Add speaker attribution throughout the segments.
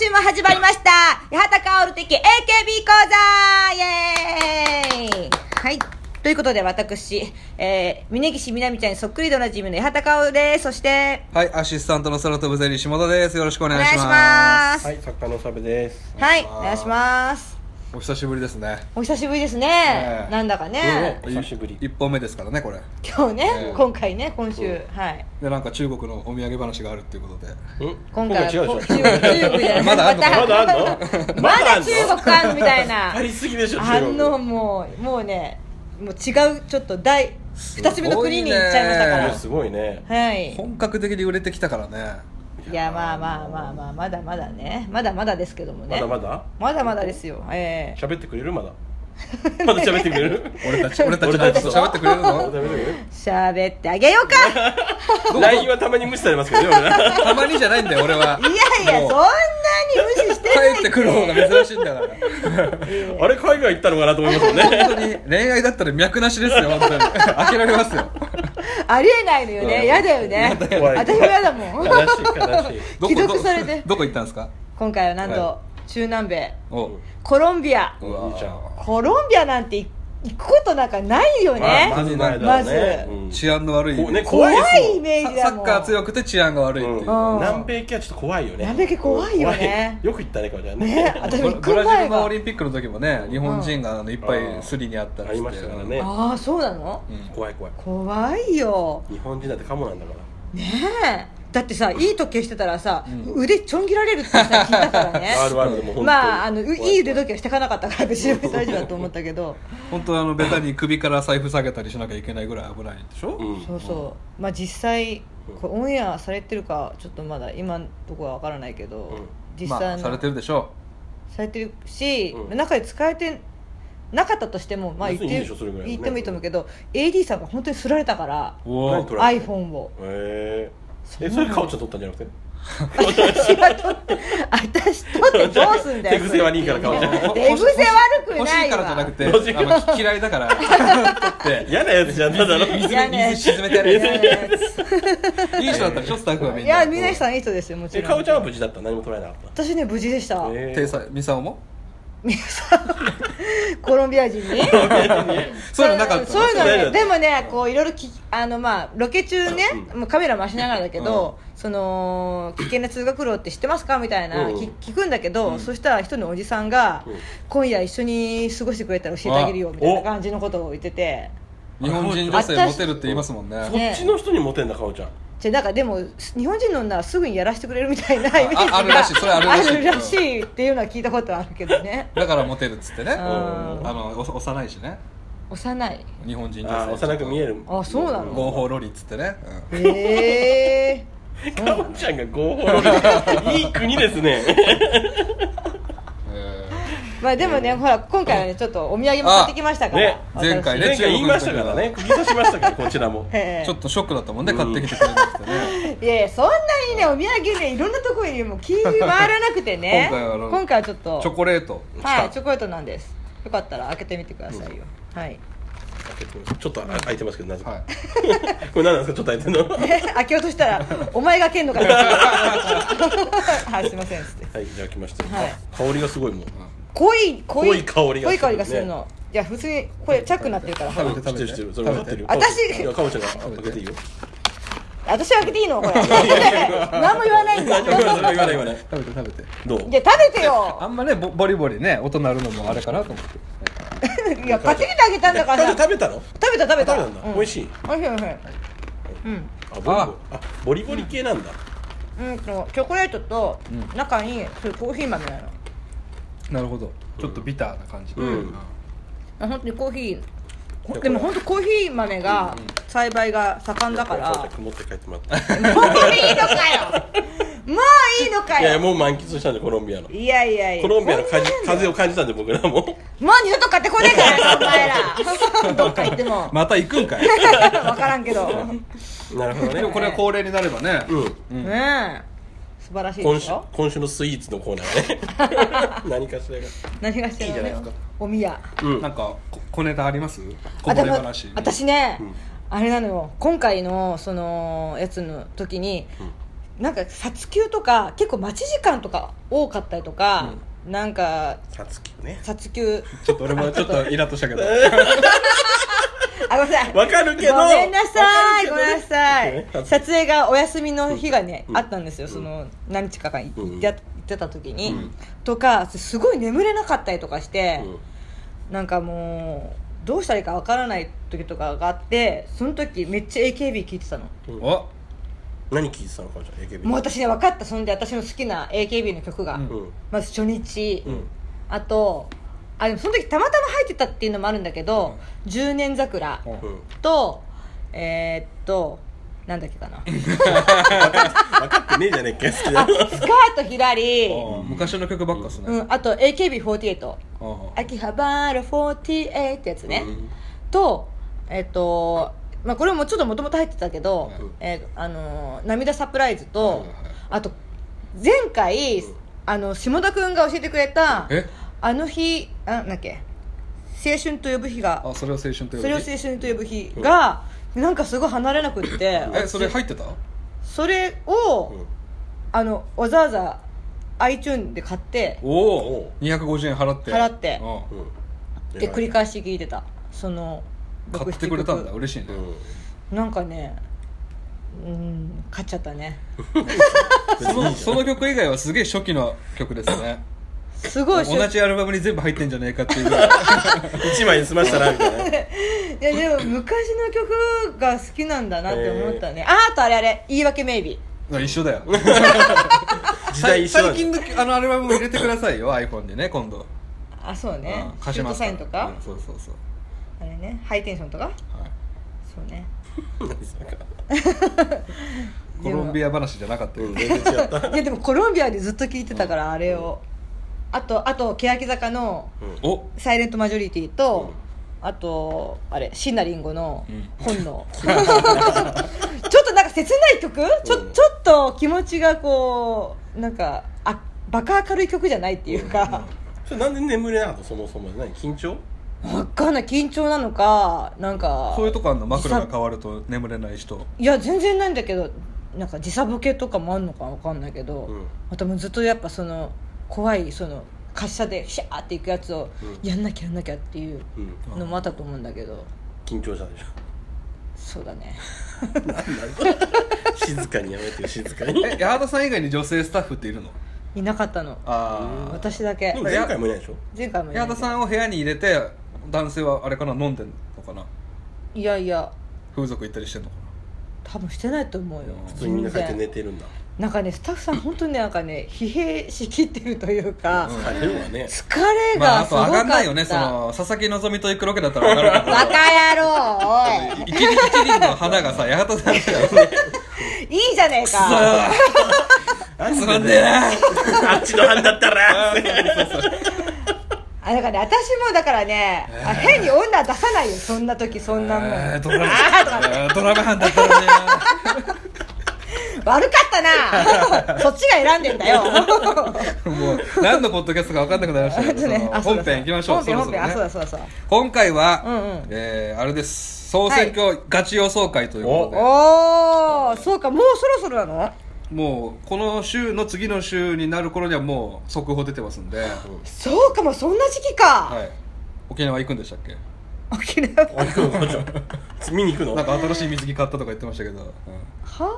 Speaker 1: 週も始まりました八幡薫的 AKB 講座イエーイ。はい、ということで私、峯岸みなみちゃんにそっくりでおなじみの八幡薫です。そして
Speaker 2: はい、アシスタントの空飛ぶゼリー下田です。よろしくお願いします。
Speaker 3: はい、作家のサベです。
Speaker 1: はい、お願いします。
Speaker 2: お久しぶりですね。
Speaker 1: お久しぶりですね、なんだかね、
Speaker 3: お久しぶり。
Speaker 2: 1本目ですからね、これ
Speaker 1: 今日ね、今回ね、今週、はい。
Speaker 2: で、なんか中国のお土産話があるっていうことで。
Speaker 1: 今回は
Speaker 3: 違うでしょ。
Speaker 1: 中国じゃない
Speaker 2: まだあんの
Speaker 1: まだ中国あんのみたいな。
Speaker 3: ありすぎでしょ。
Speaker 1: もうね、もう違う、ちょっと2つ目の国に行っちゃいましたから。
Speaker 3: すごいね。
Speaker 1: はい。
Speaker 2: 本格的に売れてきたからね。
Speaker 1: いや、まあまだまだね、まだまだですけどもね。
Speaker 3: まだ
Speaker 1: まだですよ。
Speaker 3: 喋ってくれる？まだ喋ってくれる？
Speaker 2: 俺たちと喋ってくれるの？
Speaker 1: 喋ってあげようか。
Speaker 3: LINE はたまに無視されますけどね、俺ら。
Speaker 2: たまにじゃないんだよ、俺は。
Speaker 1: いやいや、そんなに無視してない。
Speaker 2: 帰ってくる方が珍しいんだから。
Speaker 3: あれ、海外行ったのかなと思いますよね。
Speaker 2: 本当に恋愛だったら脈なしですよ、本当に。開けられますよ。
Speaker 1: ありえないのよね。嫌だよね。私も嫌だもん。
Speaker 3: 悲しい。
Speaker 1: 既読されて。
Speaker 2: どこ行ったんですか？
Speaker 1: 今回はなんと中南米コロンビア。コロンビアなんて行くことなんかないよね。まず
Speaker 2: 治安の悪い、
Speaker 1: 怖いイメージだもん。
Speaker 2: サッカー強くて治安が悪いっていう。
Speaker 3: 南米系はちょっと怖いよね。
Speaker 1: 南米系怖いよね。
Speaker 3: よく行ったね、これね。
Speaker 1: 私も行く
Speaker 2: ブラジル
Speaker 1: 前が
Speaker 2: のオリンピックの時もね、日本人がいっぱいスリにあったって
Speaker 3: ありましたからね。
Speaker 1: ああ、そうなの？
Speaker 3: 怖
Speaker 1: いよ。
Speaker 3: 日本人だってカモなんだから
Speaker 1: ねえ。だってさ、いい時計してたらさ、腕ちょん切られるってさ聞いたからね。まあいい腕時計はしてかなかったから別に大丈夫だと思ったけど。
Speaker 2: 本当ベタに首から財布下げたりしなきゃいけないぐらい危ないでしょ。
Speaker 1: そうそう。まあ実際これオンエアされてるかちょっとまだ今のところは分からないけど、実際
Speaker 2: されてるでしょ
Speaker 1: う。されてるし、中で使えてなかったとしても、まあ言ってもいいと思うけど、AD さんが本当にすられたから iPhone を。
Speaker 3: それかおちゃん取ったんじゃなくて？
Speaker 1: 私は取ってどうすんだよ。
Speaker 3: 手癖悪いからかおちゃん。
Speaker 1: 手癖悪くないわ。
Speaker 2: 欲しいからじゃなくて嫌いだから取って。
Speaker 3: 嫌なやつじゃん。ただの
Speaker 2: 水沈めてやるやつ。いい人だったでしょ、スタッフはみんな。
Speaker 1: いや、皆さんいい人ですよ、もちろん。
Speaker 3: かおちゃんは無事だった？何も取られなかった？
Speaker 1: 私ね、無事でした。
Speaker 2: ミサオも
Speaker 1: コロンビア人に
Speaker 2: そういうのなかった。
Speaker 1: そういうのね。でもね、こういろいろロケ中ね、もうカメラ回しながらだけど、その危険な通学路って知ってますかみたいな聞くんだけど、そしたら一人のおじさんが今夜一緒に過ごしてくれたら教えてあげるよみたいな感じのことを言ってて。
Speaker 2: 日本人女性モテるって言いますもんね。
Speaker 3: そっちの人にモテんだ、かおちゃん。
Speaker 1: だからでも日本人の女はすぐにやらせてくれるみたいなイメージが
Speaker 2: あるらしい。それある
Speaker 1: らしいっていうのは聞いたことあるけどね。
Speaker 2: だからモテるっつってね。幼いしね。
Speaker 1: 幼い
Speaker 2: 日本人女性。
Speaker 3: 幼く見える。
Speaker 1: あ、そうなの。
Speaker 2: 合法ロリっつってね。
Speaker 1: へえ。
Speaker 3: かおちゃんが合法ロリ。いい国ですね。
Speaker 1: まあでもね、ほら今回はねちょっとお土産も買ってきましたから。
Speaker 2: 前回
Speaker 3: 言いましたからね。釘刺しましたから、こちらも。
Speaker 2: ちょっとショックだったもんね、買ってきてくれなくてね。
Speaker 1: いやいや、そんなにねお土産ねいろんなところにも気回らなくてね。今回はちょっと
Speaker 2: チョコレート。
Speaker 1: はい、チョコレートなんです。よかったら開けてみてくださいよ。はい。
Speaker 3: ちょっと開いてますけど、なぜか。これ何なんですか、ちょっと開いてるの。
Speaker 1: 開けようとしたらお前が開けんのかな。はい、すいません。
Speaker 3: はい、じゃあ来ました。香りがすごいもん。
Speaker 1: 濃い
Speaker 3: 香り
Speaker 1: がするの。いや普通にこれチャックになってるから。
Speaker 3: 食べてる。それ分かってる。
Speaker 1: 私。
Speaker 3: いや、かおちゃんが開けていいよ。
Speaker 1: 私開けていいのこれ。何も言わないんだ。
Speaker 3: 言わない。
Speaker 2: 食べて。
Speaker 3: どう？
Speaker 1: いや食べてよ。
Speaker 2: あんまねボリボリね音鳴るのもあれかなと思って。
Speaker 1: いや買ってきてあげたんだから。
Speaker 3: 食べたの？
Speaker 1: 食べた。
Speaker 3: 美味しい。
Speaker 1: 美味しい。
Speaker 3: ボリボリ系なんだ。
Speaker 1: チョコレートと中にそういうコーヒー豆なの。
Speaker 2: なるほど。ちょっとビターな感じ。
Speaker 1: 本当にコーヒー。でも本当コーヒー豆が栽培が盛んだから。
Speaker 3: 持って帰ってもらって。
Speaker 1: もういいのかよ。
Speaker 3: いやもう満喫したんで、コロンビアの。
Speaker 1: いや
Speaker 3: コロンビアの風を感じたんで、僕らも。
Speaker 1: もう二度と買ってこねえからお前ら。どっか行っても。
Speaker 2: また行くんかい。
Speaker 1: わからんけど。
Speaker 3: なるほどね。
Speaker 2: これは恒例になればね。
Speaker 1: ねえ。素晴らしいでしょ。
Speaker 3: 今週のスイーツのコーナーね。何かしらが。
Speaker 1: 何がしらね。おみや。
Speaker 2: なんか小ネタあります？小ネタ話。
Speaker 1: 私ね、あれなのよ。今回のそのやつの時になんか撮休とか結構待ち時間とか多かったりとか、なんか
Speaker 3: 撮休ね、
Speaker 1: 撮休
Speaker 2: ちょっと俺もちょっとイラッとしたけど
Speaker 1: あ、ごめんなさい、
Speaker 3: わかるけど、
Speaker 1: ごめんなさい、
Speaker 3: わ
Speaker 1: ごめんなさい、
Speaker 3: 撮
Speaker 1: 撮影がお休みの日がね、あったんですよ、その何日か行ってた時に、とかすごい眠れなかったりとかして、なんかもうどうしたらいいかわからない時とかがあって、その時めっちゃ AKB 聴いてたの。
Speaker 2: お、
Speaker 3: 何聞いてたのかじゃあ AKB。
Speaker 1: もう私ね分かった。そんで私の好きな AKB の曲が、まず初日、あとでもその時たまたま入ってたっていうのもあるんだけど、10年桜と、なんだっけかな
Speaker 3: 分かってねえじゃねえか、好きだ
Speaker 1: スカートひらり、
Speaker 2: 昔の曲ばっかっすね。
Speaker 1: あと AKB48 秋葉原48ってやつね、とまあ、これもちょっともともと入ってたけど、涙サプライズと、あと前回下田くんが教えてくれたあの日、なんだっけ、青春と呼ぶ日が、
Speaker 2: それを青春と呼ぶ日、
Speaker 1: それを青春と呼ぶ日が、なんかすごい離れなくって、
Speaker 2: それ入ってた？
Speaker 1: それを、わざわざ iTunes で買って、
Speaker 2: 250円払って、
Speaker 1: で繰り返し聴いてた。その
Speaker 2: 買ってくれたんだ、嬉しいね。
Speaker 1: なんかね、買っちゃったね
Speaker 2: その曲以外はすげえ初期の曲ですね。
Speaker 1: すごい
Speaker 2: 同じアルバムに全部入ってんじゃねえかっていうぐらい
Speaker 3: 1枚で済ましたらみたいな。
Speaker 1: いやでも昔の曲が好きなんだなって思ったね。あとあれ言い訳メイビ
Speaker 2: ー一緒だよ
Speaker 3: 時代一緒だ。
Speaker 2: 最近のアルバムも入れてくださいよiPhone でね、今度。
Speaker 1: そうね、
Speaker 2: シュート
Speaker 1: サインとか、
Speaker 2: そう
Speaker 1: あれね、ハイテンションとか、そうね
Speaker 2: コロンビア話じゃなかったよ、
Speaker 3: 全然違った。
Speaker 1: いやでもコロンビアでずっと聴いてたから、あれを、あと欅坂のサイレントマジョリティと、あとあれ椎名林檎の本能ちょっとなんか切ない曲、ちょっと気持ちがこうなんかバカ明るい曲じゃないっていうか、
Speaker 3: それなんで眠れなかった？そもそも何、緊張？
Speaker 1: 分かんない、緊張なのか、なんか
Speaker 2: そういうとこあんの？枕が変わると眠れない人。
Speaker 1: いや全然ないんだけど、なんか時差ボケとかもあんのか分かんないけど、あともうずっとやっぱその怖いその滑車でシャーっていくやつをやんなきゃっていうのもあったと思うんだけど、
Speaker 3: 緊張したでしょ。
Speaker 1: そうだね
Speaker 3: 静かにやめてよ、静かに。
Speaker 2: 八幡さん以外に女性スタッフっているの？
Speaker 1: いなかったの。私だけ。
Speaker 3: でも前回もいないでしょ。
Speaker 1: 前回もいない。
Speaker 2: 八幡さんを部屋に入れて男性はあれかな、飲んでんのかな？
Speaker 1: いやいや
Speaker 2: 風俗行ったりしてんのかな？
Speaker 1: 多分してないと思うよ。
Speaker 3: 普通にみんな帰って寝てるんだ。
Speaker 1: なんかね、スタッフさん本当になんかね疲弊しきってるというか、
Speaker 3: 疲れるわね。
Speaker 1: 疲れがすごかった。
Speaker 2: あと上がんないよね、その佐々木希と行くロケだったら上がるけど
Speaker 1: バカ野郎おい
Speaker 2: 一輪の花がさ、八幡さんだよ
Speaker 1: いいじゃねえか
Speaker 2: つまんねえな
Speaker 3: あっちの班だったら
Speaker 1: だからね、私もだからね、変に女出さないよ、そんな時、そんなもん、
Speaker 2: ドラマ班だったらね
Speaker 1: 悪かったなそっちが選んでんだよ
Speaker 2: もう何のポッドキャストか分かんなくなりましたけど、本編行きましょう。
Speaker 1: 本編そう
Speaker 2: 今回は、あれです、総選挙ガチ予想会ということで、
Speaker 1: おお、そうか、もうそろそろなの？
Speaker 2: もうこの週の次の週になる頃にはもう速報出てますんで、
Speaker 1: そうかも、そんな時期か。
Speaker 2: はい、沖縄行くんでしたっけ？
Speaker 1: 沖縄
Speaker 3: 見に行くの？
Speaker 2: なんか新しい水着買ったとか言ってましたけど、
Speaker 1: は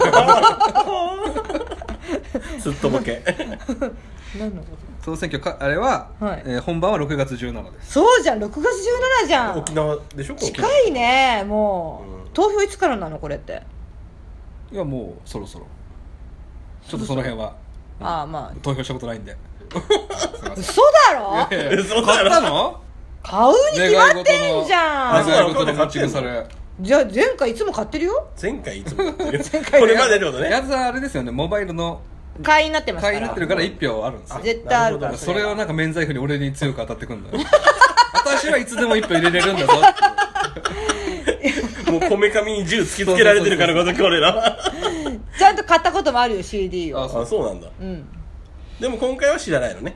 Speaker 3: すっとぼけ
Speaker 1: 何のこと？
Speaker 2: 総選挙あれは、本番は6月17です。
Speaker 1: そうじゃん、6月17じゃん。
Speaker 3: 沖縄でしょ？
Speaker 1: 近いね。もう、投票いつからなのこれって？
Speaker 2: いや、もうそろそろちょっとその辺は
Speaker 1: まあ
Speaker 2: 投票したことないんで
Speaker 1: 嘘だろ？
Speaker 3: 嘘
Speaker 2: 買ったの？
Speaker 1: 買うに決まってんじゃん。
Speaker 2: 願い事のマッチングされ。
Speaker 1: じゃあ前回いつも買ってるよ。
Speaker 3: 前回いつも買ってるこれまでってことね。
Speaker 2: やつはあれですよね、モバイルの
Speaker 1: 会員になってますから。
Speaker 2: 会員になってるから1票あるんですよ。
Speaker 1: 絶対あるから。
Speaker 2: それをなんか免罪符に俺に強く当たってくんだよ私はいつでも1票入れれるんだぞ
Speaker 3: もうこめかみに銃突きつけられてるからこそこれな
Speaker 1: ちゃんと買ったこともあるよ CD を。
Speaker 3: そうなんだ。
Speaker 1: うん。
Speaker 3: でも今回は知らないのね。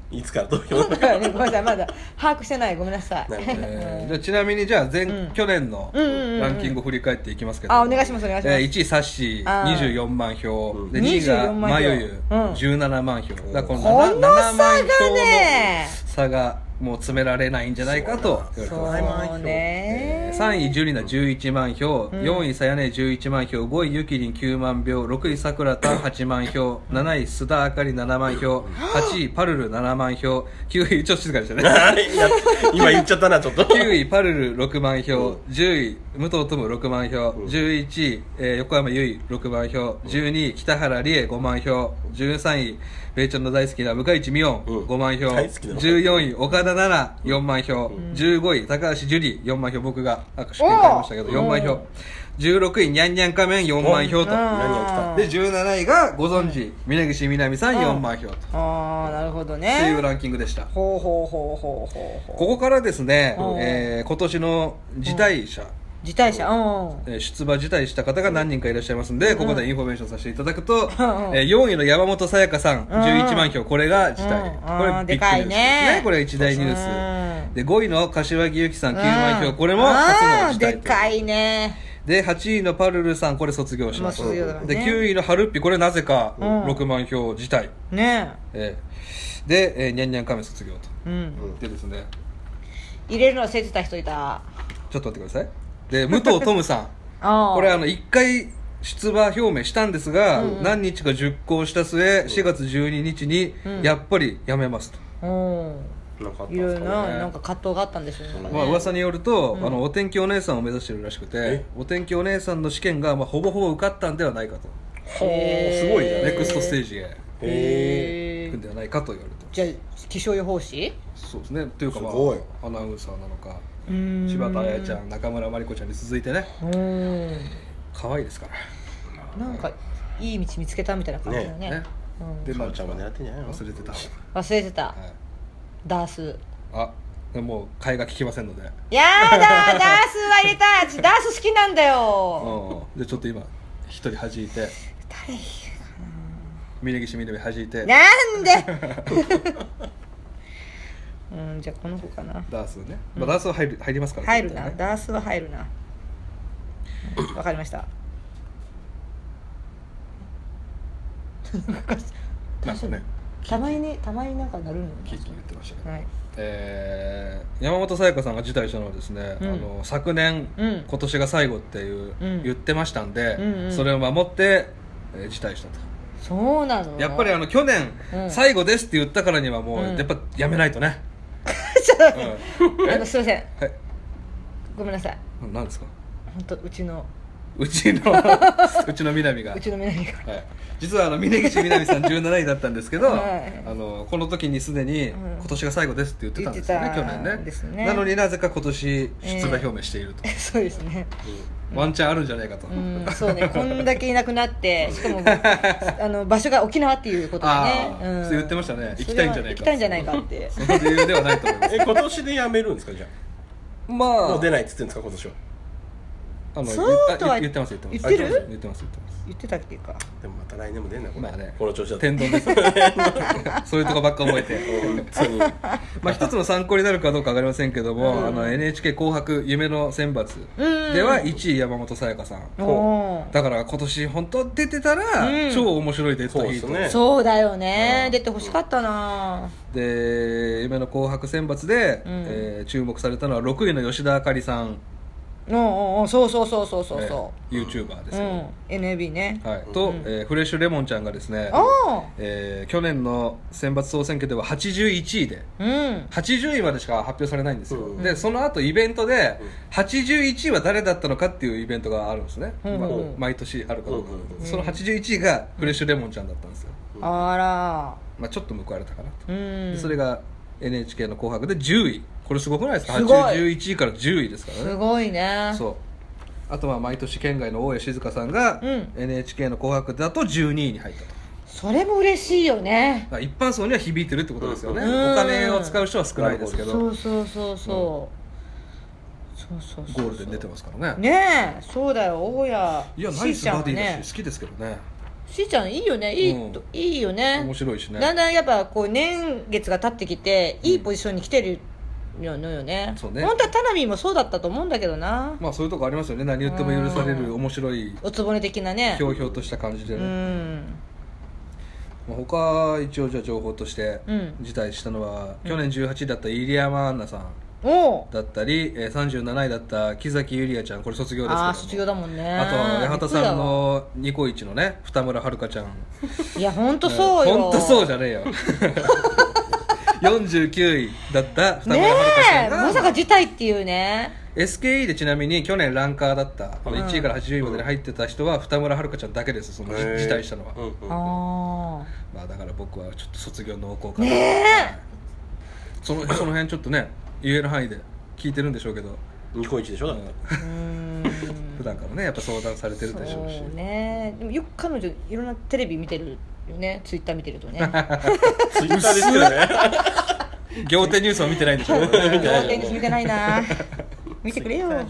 Speaker 3: いつから投票
Speaker 1: 今度からね、ごめんなさい、まだ把握してない、ごめんなさい。
Speaker 3: なるほど
Speaker 2: じゃあちなみにじゃあ去年のランキングを振り返っていきますけど、
Speaker 1: あ、お願いしますお願いします。
Speaker 2: 1位サッシー24万票、で2位
Speaker 1: 24
Speaker 2: が
Speaker 1: 万票
Speaker 2: まゆゆ17万票、だから
Speaker 1: この
Speaker 2: 7
Speaker 1: 差
Speaker 2: 万票
Speaker 1: が
Speaker 2: の
Speaker 1: ね、
Speaker 2: 差がもう詰められないんじゃないかと言われてます。
Speaker 1: そうね、
Speaker 2: 3位ジュリナ11万票、4位さやね11万票、5位ゆきりん9万票、6位さくらたん8万票、7位須田あかり7万票、8位パルル7万票、9位ちょっと静かでしたね
Speaker 3: 今言っちゃったなちょっと
Speaker 2: 9位パルル6万票、10位武藤友6万票、11位、横山由依6万票、12位北原理恵5万票、13位ベイちゃんの大好きな向井地美音5万票、14位岡田奈々4万票、15位高橋樹里4万票、僕が握手券買いましたけど4万票、16位にゃんにゃん仮面4万票と、で17位がご存知峯岸みなみさん4万票と、
Speaker 1: ああ、なるほど
Speaker 2: って
Speaker 1: ね。
Speaker 2: いうランキングでした。
Speaker 1: ほうほうほうほうほうほう。
Speaker 2: ここからですね、今年の辞退者、
Speaker 1: 辞退者、
Speaker 2: 出馬辞退した方が何人かいらっしゃいますんで、ここでインフォメーションさせていただくと、4位の山本さやかさん11万票、これが辞退、これビッグニュースですね、これ一大ニュースで、5位の柏木由紀さん9万票、これも初の辞退
Speaker 1: でかいね。
Speaker 2: で8位のパルルさん、これ卒業します、
Speaker 1: で
Speaker 2: 9位のハルッピ、これなぜか6万票辞退
Speaker 1: ね、
Speaker 2: で、にゃんにゃん仮面卒業と、でですね、
Speaker 1: 入れるの忘れてた人いた。
Speaker 2: ちょっと待ってください。で武藤トムさんこれ1回出馬表明したんですが、何日か熟考した末、4月12日にやっぱり辞めますと、
Speaker 1: いろいろなんか葛藤があったんですよね。
Speaker 2: 噂によると、お天気お姉さんを目指してるらしくて、お天気お姉さんの試験がほぼほぼ受かったんではないかと、
Speaker 3: すごいね、
Speaker 2: ネクストステージへ行くんではないかと言われてます。
Speaker 1: じゃあ気象予報士？
Speaker 2: そうですね、というかアナウンサーなのか、柴田彩ちゃん、中村真理子ちゃんに続いてね、可愛いですから、
Speaker 1: なんかいい道見つけたみたいな感じだね。
Speaker 2: で、
Speaker 3: まるちゃんも狙ってんじゃないの？
Speaker 2: 忘れてた、
Speaker 1: ダース。
Speaker 2: あ、もう替えが利きませんので。
Speaker 1: やだ、ダースは入れたい。私ダース好きなんだよ。
Speaker 2: でちょっと今一人弾いて、
Speaker 1: 誰
Speaker 2: 峯岸みなみ弾いて、
Speaker 1: なんでじゃあこの子かな、
Speaker 2: ダースね、ダースは入りますから、
Speaker 1: 入るな、ダースは入るな。わかりました。
Speaker 2: なんかね、
Speaker 1: たまになんかなるの。
Speaker 2: キーキー言ってましたけど、山本さやかさんが辞退したのはですね、昨年、今年が最後っていう言ってましたんで、それを守って辞退したと。
Speaker 1: そうなの？
Speaker 2: やっぱり去年最後ですって言ったからにはもうやっぱやめないとね。
Speaker 1: すいません、ごめんなさい。
Speaker 2: 何ですか？
Speaker 1: 本当うちの
Speaker 2: 南が、実は峯岸みなみさん17位だったんですけど、この時にすでに今年が最後ですって言ってたんですよね、去年ね。なのになぜか今年出馬表明していると。
Speaker 1: そうですね、
Speaker 2: ワンチャンあるんじゃないかと。
Speaker 1: そうね、こんだけいなくなって、しかも場所が沖縄っていうことでね、
Speaker 2: そう言ってましたね。行きたいんじゃないかって。
Speaker 3: その理由ではないと思います。今年で辞めるんですか？じゃあもう出ないって言ってるんですか、今年は？
Speaker 1: そうとは
Speaker 2: 言ってます。
Speaker 1: 言ってる？
Speaker 2: 言って
Speaker 1: たっけか。
Speaker 3: でもまた来年も出んな、これ。
Speaker 2: ね、
Speaker 3: この調子だと
Speaker 2: 天丼です。そういうとこばっか覚えて。一つの参考になるかどうかわかりませんけども、NHK 紅白夢の選抜では1位山本さやかさん。だから今年本当出てたら超面白いデッドヒート。
Speaker 1: そうだよね。出てほしかったな。
Speaker 2: で、夢の紅白選抜で注目されたのは6位の吉田あかりさん。
Speaker 1: そう、
Speaker 2: YouTuber ですよ、
Speaker 1: NAB ね、
Speaker 2: と、フレッシュレモンちゃんがですね、去年の選抜総選挙では81位で、80位までしか発表されないんですよ、でその後イベントで81位は誰だったのかっていうイベントがあるんですね、毎年あるかどうか、その81位がフレッシュレモンちゃんだったんですよ。ちょっと報われたかなと。でそれが NHK の紅白で10位。これすごくないですか？81位から10位ですからね。
Speaker 1: すごいね。
Speaker 2: そう。あとは毎年県外の大江静香さんが NHK の紅白だと12位に入ったと。
Speaker 1: それも嬉しいよね。
Speaker 2: 一般層には響いてるってことですよね。お金を使う人は少ないですけど。
Speaker 1: そう。
Speaker 2: ゴールデン出てますからね。
Speaker 1: ねえ、そうだよ、大家。
Speaker 2: いや、ナイスバディだし好きですけどね。
Speaker 1: しーちゃんいいよね、いいよね。
Speaker 2: 面白いしね。
Speaker 1: だんだんやっぱこう年月が経ってきていいポジションに来てるのよね。
Speaker 2: そうね。
Speaker 1: 本当はタナミーもそうだったと思うんだけどな。
Speaker 2: まあそういうとこありますよね。何言っても許される面白い
Speaker 1: おつぼね的なね、
Speaker 2: ひょうひょうとした感じでね。他一応じゃあ情報として辞退したのは、去年18位だった入山アンナさんだったり、37位だった木崎ゆりあちゃん、これ卒業ですけども、
Speaker 1: 卒業だもんね。
Speaker 2: あとは八幡さんのニコイチのね二村遥ちゃん。
Speaker 1: いや本当そうよ、
Speaker 2: 本当そうじゃねえよ。49位だった二村遥ちゃんが、
Speaker 1: まさか辞退っていうね。
Speaker 2: SKE でちなみに去年ランカーだった1位から80位までに入ってた人は二村遥ちゃんだけです。その辞退したのは。まあだから僕はちょっと卒業濃厚かな。その辺ちょっとね言える範囲で聞いてるんでしょうけど、
Speaker 3: ニコイチでしょだって。
Speaker 2: 普段からねやっぱ相談されてるでしょうし。
Speaker 1: そうね。でもよく彼女いろんなテレビ見てるよね、ツイッター見てるとね。
Speaker 3: ツイッターですけどね。
Speaker 2: 仰天ニュースを見てないんでしょうね。
Speaker 1: 仰天ニュース見てないな。見てくれよ。
Speaker 3: まあ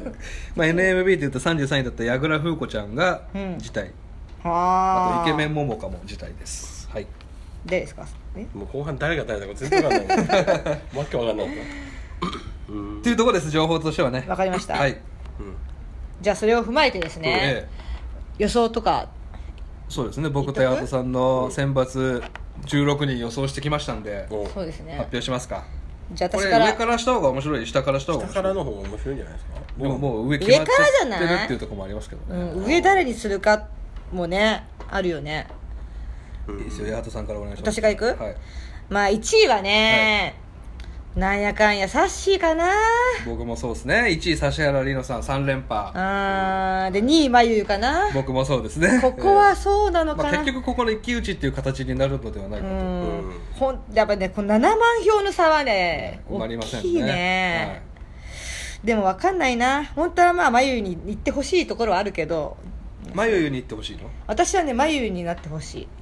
Speaker 2: NMB でいうと33位だった矢倉風子ちゃんが辞退、あとイケメン桃香も辞退です。はい。
Speaker 1: ですか。
Speaker 3: もう後半誰が誰だか全然わかんない。わけわかんない。
Speaker 2: っていうところです、情報としてはね。
Speaker 1: わかりました。
Speaker 2: はい。
Speaker 1: じゃあそれを踏まえてですね、予想とか。
Speaker 2: そうですね、僕と八幡さんの選抜16人予想してきましたんで、
Speaker 1: そうですね、
Speaker 2: 発表しますか。
Speaker 1: じゃあ私から、
Speaker 2: 上からした方が面白い、下からした方が面白い。
Speaker 3: 下からの方が面白いんじゃないですか。
Speaker 2: でももう上決まっちゃってるっていうところもありますけどね。
Speaker 1: 上誰にするかもねあるよね。
Speaker 2: いいですよ、八幡さんからお願いします。
Speaker 1: 私が行く、はい、まあ1位はね、なんやかんやサッシーかな。
Speaker 2: 僕もそうですね。1位指原莉乃さん3連覇
Speaker 1: で2位まゆゆかな。
Speaker 2: 僕もそうですね。
Speaker 1: ここはそうなのかな、
Speaker 2: 結局ここの一騎打ちっていう形になるのではないかと。
Speaker 1: やっぱねこの7万票の差はね
Speaker 2: 大
Speaker 1: きいね、でも分かんないな。本当はまあまゆゆに行ってほしいところはあるけど、
Speaker 2: まゆゆに行ってほしいの？
Speaker 1: 私はねまゆゆになってほしい。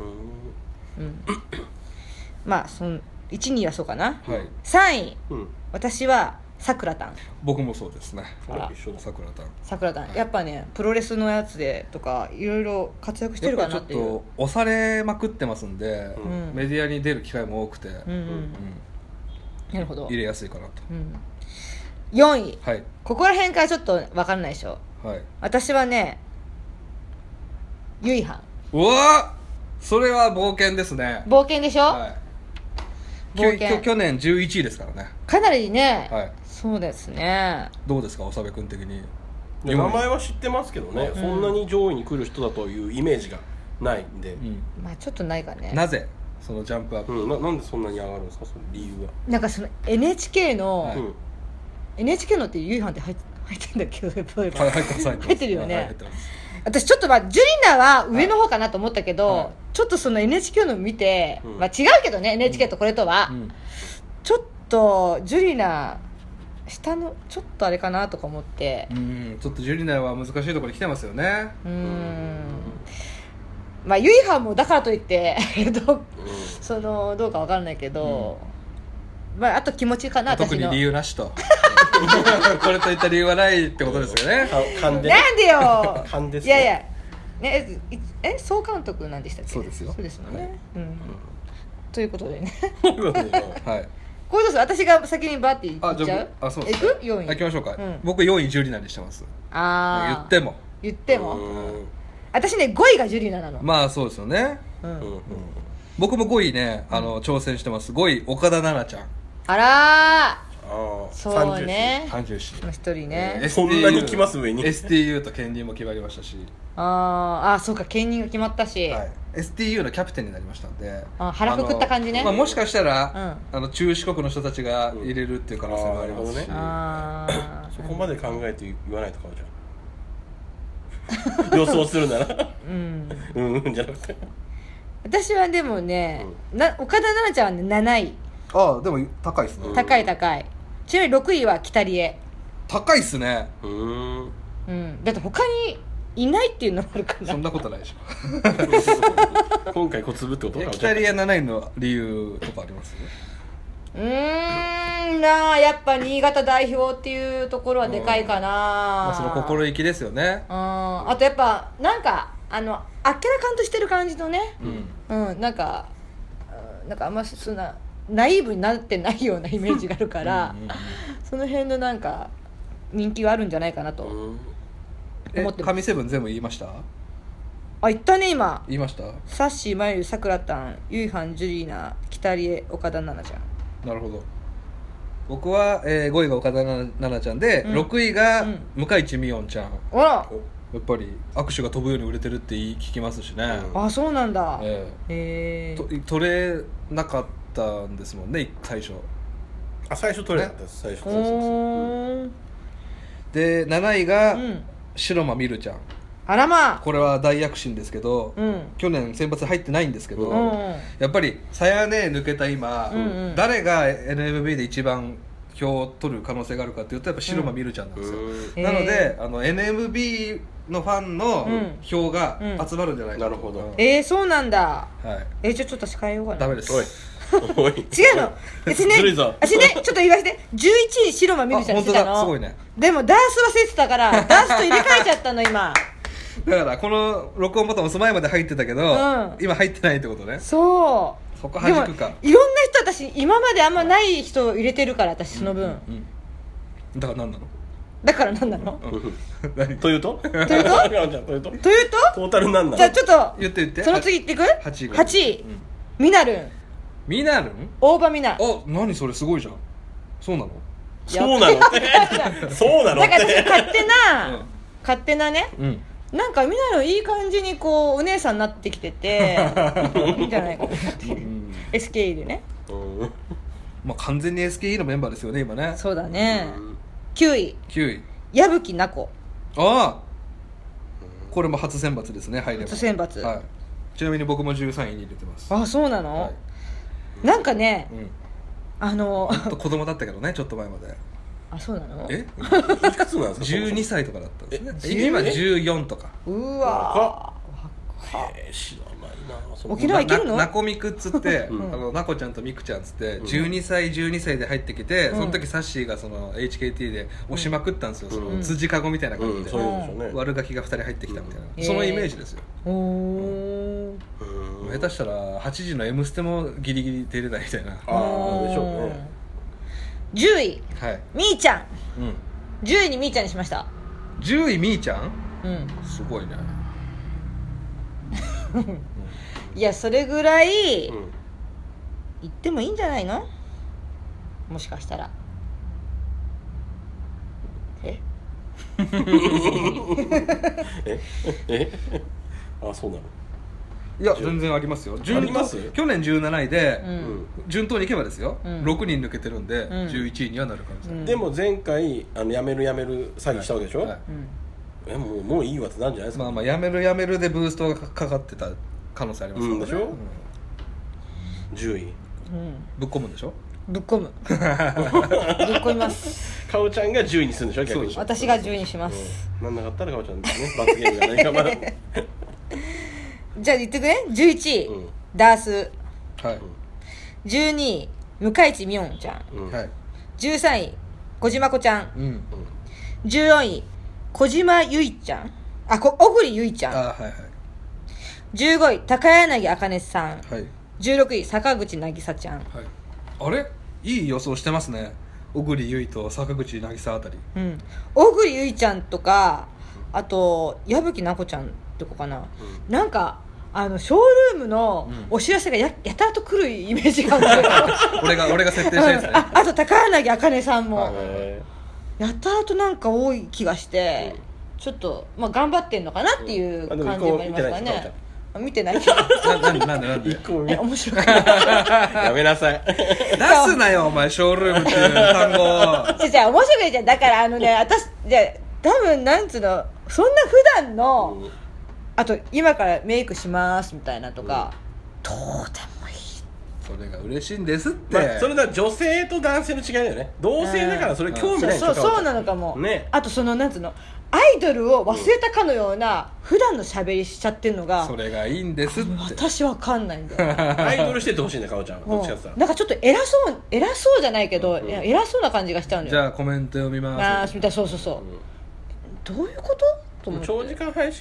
Speaker 1: まあ1、2はそうかな、3位、私はさくらたん。
Speaker 2: 僕もそうですね。さくらたん
Speaker 1: やっぱねプロレスのやつでとかいろいろ活躍してるかなっていう。
Speaker 2: ちょっと押されまくってますんで、メディアに出る機会も多くて、
Speaker 1: なるほど、
Speaker 2: 入れやすいかなと。
Speaker 1: 4位、ここら辺からちょっと分かんないでしょ。私はねゆいはん。
Speaker 2: うわっ、それは冒険ですね。
Speaker 1: 冒険でしょ。
Speaker 2: 去年11位ですからね。
Speaker 1: かなりね、そうですね。
Speaker 2: どうですか長部君的に。
Speaker 3: 名前は知ってますけどね、そんなに上位に来る人だというイメージがないんで、
Speaker 1: まあちょっとないかね。
Speaker 2: なぜそのジャンプアップ、
Speaker 3: なんでそんなに上がるんですか、その理由は。
Speaker 1: なんかその NHK の、NHK のってゆいはんって入ってんだけど、入ってるよね。私ちょっとジュリナは上の方かなと思ったけど、ちょっとその NHK の見て、違うけどね NHK とこれとは、ちょっとジュリナ下のちょっとあれかなとか思って、
Speaker 2: ちょっとジュリナは難しいところに来てますよね。
Speaker 1: まあゆいはんもだからといってどうかわからないけど、まああと気持ちかな。
Speaker 2: 特に理由なしとこれといった理由はないってことですよね。
Speaker 1: なんでよ
Speaker 3: 勘です。
Speaker 1: いやいやね、総監督なんでしたっけ。
Speaker 2: そうですよ。
Speaker 1: そうですもんね。ということでね。
Speaker 2: はい。
Speaker 1: これどうする？私が先にバーって言っちゃう？
Speaker 2: あ、そうですね。
Speaker 1: 行く？4位。
Speaker 2: 行きましょうか。僕4位ジュリナにしてます。言っても。私ね5位がジュリナなの。まあそうですよね。僕も5位ね挑戦してます。5位岡田奈々ちゃん。
Speaker 1: あらー。そうね。
Speaker 2: 34
Speaker 1: の一人ね。
Speaker 3: そんなに来ます上に。
Speaker 2: STU と兼任も決まりましたし。
Speaker 1: そうか、兼任が決まったし、
Speaker 2: STU のキャプテンになりましたんで、
Speaker 1: 腹くくった感じね。
Speaker 2: もしかしたら中四国の人たちが入れるっていう可能性もありますし、
Speaker 3: そこまで考えて言わないとかじゃん予想するならじゃなくて、
Speaker 1: 私はでもね岡田奈々ちゃんはね7位。
Speaker 2: でも高いですね。
Speaker 1: 高い。ちなみに6位は北里江。
Speaker 2: 高いっすね。
Speaker 1: だって他にいないっていうのもあるから。
Speaker 2: そんなことないでしょ
Speaker 3: 今回小粒ってこと？
Speaker 2: 北里江7位の理由とかあります？
Speaker 1: やっぱ新潟代表っていうところはでかいかな。
Speaker 2: その心意気ですよね。
Speaker 1: あとやっぱなんかあっけらかんとしてる感じのね、なんかあんまそんなナイーブになってないようなイメージがあるからその辺のなんか人気があるんじゃないかなと思ってます。
Speaker 2: 神セブン全部言いました？
Speaker 1: 言ったね今。
Speaker 2: 言いました？
Speaker 1: サッシー、マユ、さくらたん、ゆいはん、ジュリーナ、北里江、岡田奈々ちゃん。
Speaker 2: なるほど。僕は、5位が岡田奈々ちゃんで、6位が向井地美音ちゃん。
Speaker 1: あら、
Speaker 2: やっぱり握手が飛ぶように売れてるって聞きますしね。
Speaker 1: そうなんだ。
Speaker 2: 取れなかったんですもんね、最初。
Speaker 3: 最初取れなかったです、最初。
Speaker 2: で7位が白間みるちゃん。
Speaker 1: あらまあ、
Speaker 2: これは大躍進ですけど、去年選抜入ってないんですけど、やっぱりさやね抜けた今、誰が NMB で一番票を取る可能性があるかっていうとやっぱ白間みるちゃんなんですよ。なのでNMB のファンの票が集まるんじゃないかと。
Speaker 3: なるほど。
Speaker 1: そうなんだ。
Speaker 2: はい。
Speaker 1: ちょっと変えようかな。
Speaker 2: ダメです。
Speaker 3: おい
Speaker 1: 違うの。私ね、ちょっと言わせて。11位白間みるちゃんにしてたの。
Speaker 2: すごいね。
Speaker 1: でもダース忘れてたからダースと入れ替えちゃったの今。
Speaker 2: だからこの録音ボタン押す前まで入ってたけど、今入ってないってことね。
Speaker 1: そ
Speaker 2: こ弾くか。
Speaker 1: いろんな人、私今まであんまない人を入れてるから私その分。
Speaker 2: だから何なの？
Speaker 1: だから何なの？
Speaker 3: というと？
Speaker 1: というと？ト
Speaker 3: ータル何なの？
Speaker 1: じゃあちょっと
Speaker 2: 言って
Speaker 1: その次いっていく
Speaker 2: ？8
Speaker 1: 位ミナルン。
Speaker 2: ミナルン？
Speaker 1: 大場ミナ。
Speaker 2: 何それすごいじゃん。そうなの？
Speaker 3: そうなのってそうなのって。
Speaker 1: だから私勝手なね、なんかミナルンいい感じにこうお姉さんになってきてていいんじゃないかなって SKE でね。
Speaker 2: まあ完全に SKE のメンバーですよね今ね。
Speaker 1: そうだね。9位矢吹奈子。
Speaker 2: これも初選抜ですね。入れば
Speaker 1: 初選抜、
Speaker 2: はい。ちなみに僕も13位に入れてます。
Speaker 1: そうなの、なんかね、
Speaker 2: 子供だったけどね、ちょっと前まで。
Speaker 1: そうなの？
Speaker 3: いくつなんですか
Speaker 2: ？12歳とかだったんですね。今14とか。
Speaker 1: うわ
Speaker 3: 知らないな。
Speaker 1: 沖縄行けるの？
Speaker 2: ナコミクっつってナコちゃんとミクちゃんっつって12歳で入ってきて、その時サッシーがその HKT で押しまくったんですよ。その辻かごみたいな感じで悪ガキが2人入ってきたみたいな、そのイメージですよ。下手したら8時の M ステもギリギリ出れないみたいな。
Speaker 3: でしょうね。
Speaker 1: 10位みーちゃん。10位にみーちゃんにしました。
Speaker 2: 10位みーちゃん？すごいね。
Speaker 1: いや、それぐらい言ってもいいんじゃないの？もしかしたら。
Speaker 3: そうなの？
Speaker 2: いや全然ありますよ。去年17位で順当にいけばですよ、6人抜けてるんで11位にはなるかもしれない。
Speaker 3: でも前回やめる詐欺したわけでしょ。もういいわってなんじゃないですか。
Speaker 2: まあやめるでブーストがかかってた可能性ありますからね。
Speaker 3: でしょ。10位
Speaker 2: ぶっ込むんでしょ。
Speaker 1: ぶっ込みます。
Speaker 3: かおちゃんが10位にするんでしょ。逆に
Speaker 1: 私が10位にします。
Speaker 3: なんなかったらかおちゃんですね。罰ゲームが何かまだ
Speaker 1: じゃあ言ってくれ。11位ダース。12位向井地美音ちゃん。13位小島子ちゃん。14位小島ゆいちゃん。小栗ゆいちゃん。15位高柳あかねさん。16位坂口渚ちゃん。
Speaker 2: あれいい予想してますね。小栗ゆいと坂口渚あたり。
Speaker 1: 小栗ゆいちゃんとか、あと矢吹奈子ちゃんとかかな。なんかショールームのお知らせがやたらと来るイメージがある。
Speaker 2: 俺が設定したやつね。
Speaker 1: あと高柳あかねさんもやたらとなんか多い気がして、ちょっと頑張ってんのかなっていう感じもありますからね。見てないけど。
Speaker 2: なんで
Speaker 3: 1個も見
Speaker 1: 面白かった。
Speaker 3: やめなさい。
Speaker 2: 出すなよお前ショールームっていう単語。
Speaker 1: じゃあ面白いじゃん。だから私じゃあ多分なんつうの、そんな普段のあと今からメイクしますみたいなとか、どうでもいい。
Speaker 2: それが嬉しいんですって。
Speaker 3: それだ女性と男性の違いだよね。同性だからそれ興味ない。
Speaker 1: そうなのかも
Speaker 3: ね。
Speaker 1: あとなんつうの、アイドルを忘れたかのような普段の喋りしちゃってるのが、
Speaker 2: それがいいんですって。
Speaker 1: 私わかんないんだよ。
Speaker 3: アイドルしててほしいんだよかおちゃん。どっちかって言ったら
Speaker 1: なんかちょっと偉そうじゃないけど、偉そうな感じがしちゃうんだよ。
Speaker 2: じゃあコメント読みます。
Speaker 1: みたいな。そう、どういうことと思って。
Speaker 3: 長時間配信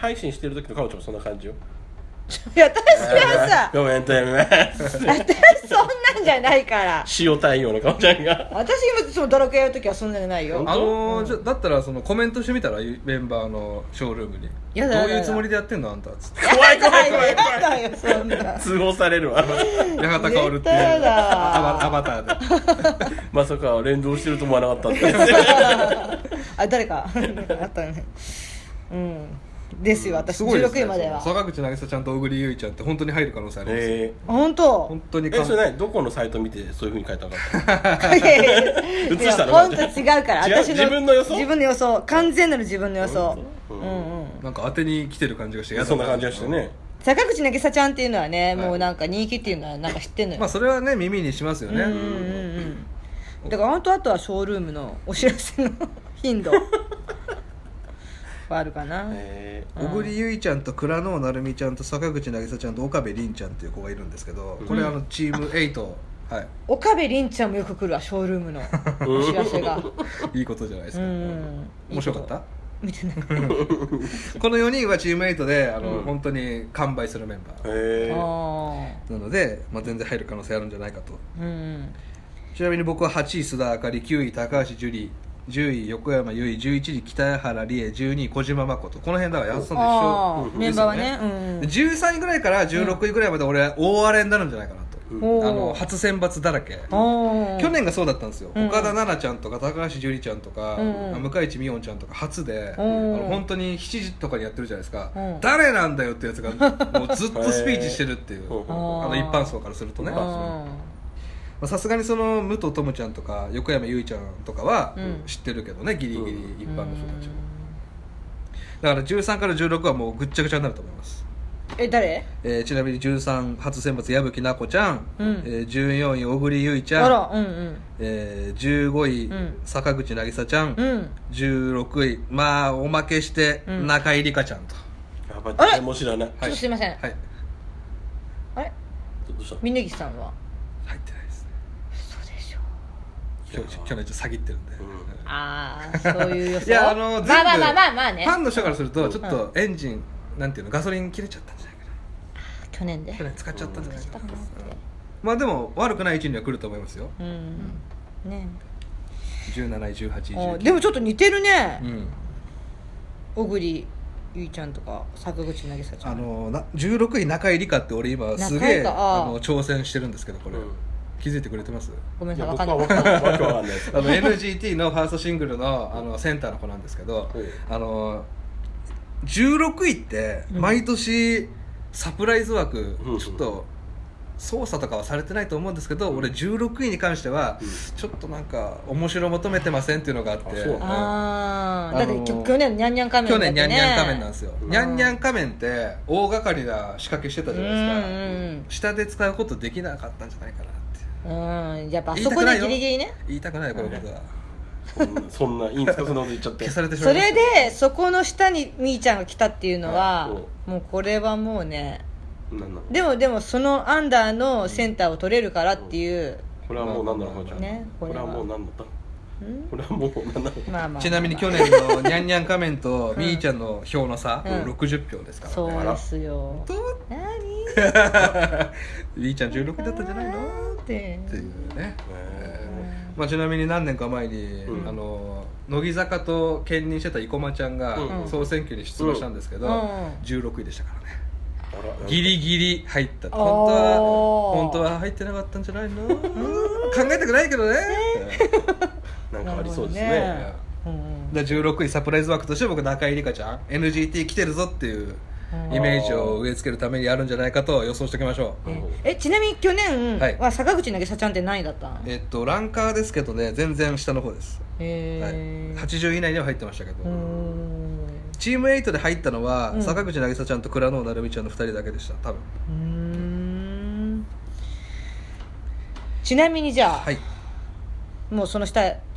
Speaker 3: 配信してる時の彼女もそんな感じよ。
Speaker 1: いや私はさ
Speaker 3: コメントやめます
Speaker 1: 私そんなんじゃないから
Speaker 3: 塩対応の顔ちゃんが
Speaker 1: 私がそのドラクエやるときはそんなんじゃないよ。
Speaker 2: じゃだったらそのコメントしてみたらメンバーのショールームに
Speaker 1: やだやだ
Speaker 2: どういうつもりでやってんのあんたっつって
Speaker 3: 怖い怖い怖い
Speaker 1: やだよそんな
Speaker 3: 通報されるわ
Speaker 2: 八幡薫っていう
Speaker 1: 絶対やだ
Speaker 2: アバターで
Speaker 3: まさか連動してると思わなかったって
Speaker 1: あ誰かあったねうんですよ私
Speaker 2: すごいですね
Speaker 1: 16位までは
Speaker 2: 坂口渚ちゃんと小栗優衣ちゃんって本当に入る可能性ありますよ
Speaker 1: 本当
Speaker 2: 本当に
Speaker 3: それ何どこのサイト見てそういう風に書いたのか
Speaker 1: いやいや
Speaker 3: 映したの
Speaker 1: 本当違うから
Speaker 3: 違う
Speaker 1: 私の
Speaker 3: 自分の予想
Speaker 1: 自分の予想完全なる自分の予想
Speaker 3: うん
Speaker 1: うん
Speaker 2: なんか当てに来てる感じがして嫌だ
Speaker 3: そんな感じがしてね
Speaker 1: 坂口渚ちゃんっていうのはね、
Speaker 2: はい
Speaker 1: もうなんか人気っていうのはなんか知ってんのよ、
Speaker 2: まあそれはね耳にしますよね
Speaker 1: だからあとはショールームのお知らせの頻度はあるかな、
Speaker 2: 小栗優衣ちゃんと倉野成美ちゃんと坂口渚ちゃんと岡部凛ちゃんっていう子がいるんですけどこれチーム8、はい、
Speaker 1: 岡部凛ちゃんもよく来るわショールームのお知らせが
Speaker 2: いいことじゃないですか面白かった
Speaker 1: 見てない
Speaker 2: この4人はチーム8で本当に完売するメンバーなので、まあ、全然入る可能性あるんじゃないかと、ちなみに僕は8位須田あかり9位高橋樹里10位横山由依11位北原理恵12位小島誠この辺だから安さんと一緒
Speaker 1: メンバーはね、
Speaker 2: 13位ぐらいから16位ぐらいまで俺は大荒れになるんじゃないかなと、初選抜だらけ去年がそうだったんですよ、岡田奈々ちゃんとか高橋樹里ちゃんとか、向井地美音ちゃんとか初で、本当に7時とかにやってるじゃないですか、誰なんだよってやつがもうずっとスピーチしてるっていう一般層からするとねさすがにその武藤智ちゃんとか横山由依ちゃんとかは知ってるけどね、ギリギリ一般の人たちは、だから13から16はもうぐっちゃぐちゃになると思います。
Speaker 1: 誰？
Speaker 2: ちなみに13初選抜矢吹奈子ちゃん、14位小栗優衣ちゃん、15位、坂口渚ちゃん、16位まあおまけして中井梨花ちゃんと、
Speaker 3: やばいもう知らない。
Speaker 1: ちょっとすいません、
Speaker 2: はい、
Speaker 1: あれ
Speaker 3: どうした
Speaker 1: 峯岸さんは
Speaker 2: 入ってないですね。
Speaker 1: 嘘でしょ。
Speaker 2: 去年ちょっと詐欺ってるんで、
Speaker 1: ああそういう予想
Speaker 2: いや全部
Speaker 1: まあね
Speaker 2: ファンの人からするとちょっとエンジン、なんていうのガソリン切れちゃったんじゃないかな、
Speaker 1: 去年で
Speaker 2: 去年使っちゃったんじゃないかな、まあでも悪くない位置には来ると思いますよ、
Speaker 1: ね
Speaker 2: 17位18位19位
Speaker 1: でもちょっと似てるね、小栗ゆいちゃんとか坂口渚ちゃん
Speaker 2: 16位中井梨花って俺今すげえ挑戦してるんですけどこれ、気づいてくれてます？
Speaker 1: ごめんなさい分かんない
Speaker 2: NGT のファーストシングルのセンターの子なんですけど、16位って毎年サプライズ枠ちょっと操作とかはされてないと思うんですけど、俺16位に関してはちょっとなんか面白求めてませんっていうのがあって、
Speaker 1: だって去年ニャンニャン仮面だってね、
Speaker 2: 去年ニャンニャン仮面なんですよ、ニャンニャン仮面って大掛かりな仕掛けしてたじゃないですか、下で使うことできなかったんじゃないかなって、
Speaker 1: やっぱあそこでギリギリね
Speaker 2: 言いたくないよこのことは、
Speaker 3: そんないいんですかそんなこと言っちゃって
Speaker 2: 消されてしまいました。
Speaker 1: それでそこの下にみーちゃんが来たっていうのは、もうこれはもうね、でもそのアンダーのセンターを取れるからっていう、
Speaker 3: これはもう何だろう
Speaker 1: ね、
Speaker 3: これはもう何だったこれはもう何だろう、
Speaker 2: ちなみに去年のニャンニャン仮面とみーちゃんの票の差、60票ですからね。
Speaker 1: そうですよ。何
Speaker 2: みーちゃん16だったんじゃないのっていうね、まあ、ちなみに何年か前に、乃木坂と兼任してた生駒ちゃんが総選挙に出馬したんですけど、16位でしたからね、ギリギリ入った。本当は入ってなかったんじゃないの考えたくないけどね
Speaker 3: なんかありそうですね。
Speaker 2: で16位サプライズ枠として僕中井梨花ちゃん NGT 来てるぞっていうイメージを植え付けるためにあるんじゃないかと予想しておきましょ
Speaker 1: う。ちなみに去年は坂口渚ちゃんって何位だった
Speaker 2: の？ランカーですけどね、全然下の方です。80位以内には入ってましたけど、チーム8で入ったのは、坂口渚ちゃんと倉野成美ちゃんの2人だけでした多分。
Speaker 1: ちなみにじゃあ、もうその下